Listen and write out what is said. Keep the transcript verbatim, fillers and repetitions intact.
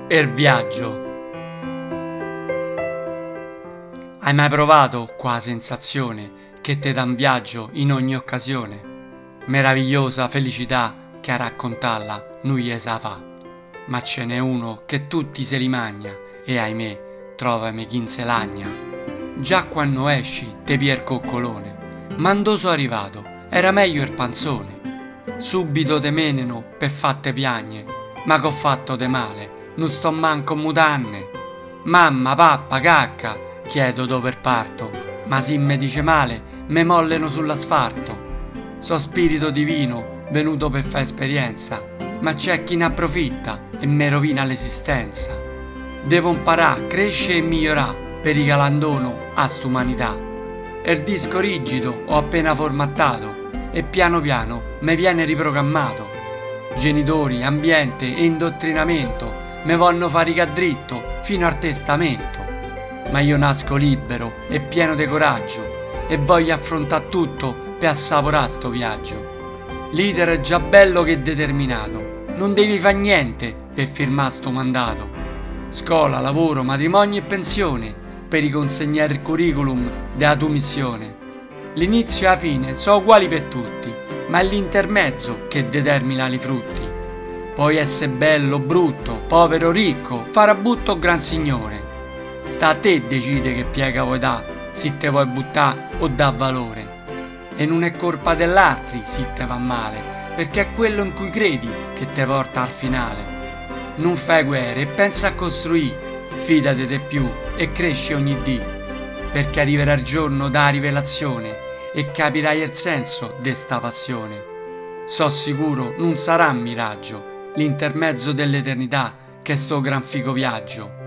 Er viaggio. Hai mai provato qua sensazione che te dà un viaggio in ogni occasione? Meravigliosa felicità che a raccontarla non gli sa fa. Ma ce n'è uno che tutti se li magna e ahimè trovami chi se lagna. Già quando esci te pier coccolone, mandoso arrivato, era meglio il panzone. Subito te meneno per fatte piagne, ma c'ho fatto de male, non sto manco mutanne. Mamma, pappa, cacca, chiedo dove parto, ma se me dice male, me molleno sull'asfalto. So spirito divino, venuto per fare esperienza, ma c'è chi ne approfitta e me rovina l'esistenza. Devo imparare, crescere e migliorare per i galandono a st'umanità. Il disco rigido ho appena formattato e piano piano me viene riprogrammato. Genitori, ambiente e indottrinamento me vogliono fare dritto fino al testamento. Ma io nasco libero e pieno di coraggio e voglio affrontare tutto per assaporare sto viaggio. L'iter è già bello che determinato, non devi fare niente per firmare sto mandato. Scuola, lavoro, matrimonio e pensione per riconsegnare il curriculum della tua missione. L'inizio e la fine sono uguali per tutti, ma è l'intermezzo che determina i frutti. Puoi essere bello, brutto, povero, ricco, farabutto o gran signore. Sta a te decide che piega vuoi da, se te vuoi buttare o dà valore. E non è colpa dell'altri se te va male, perché è quello in cui credi che te porta al finale. Non fai guerre e pensa a costruire, fidati di più e cresci ogni dì, perché arriverà il giorno da rivelazione e capirai il senso di sta passione. So sicuro non sarà un miraggio l'intermezzo dell'eternità che sto gran figo viaggio.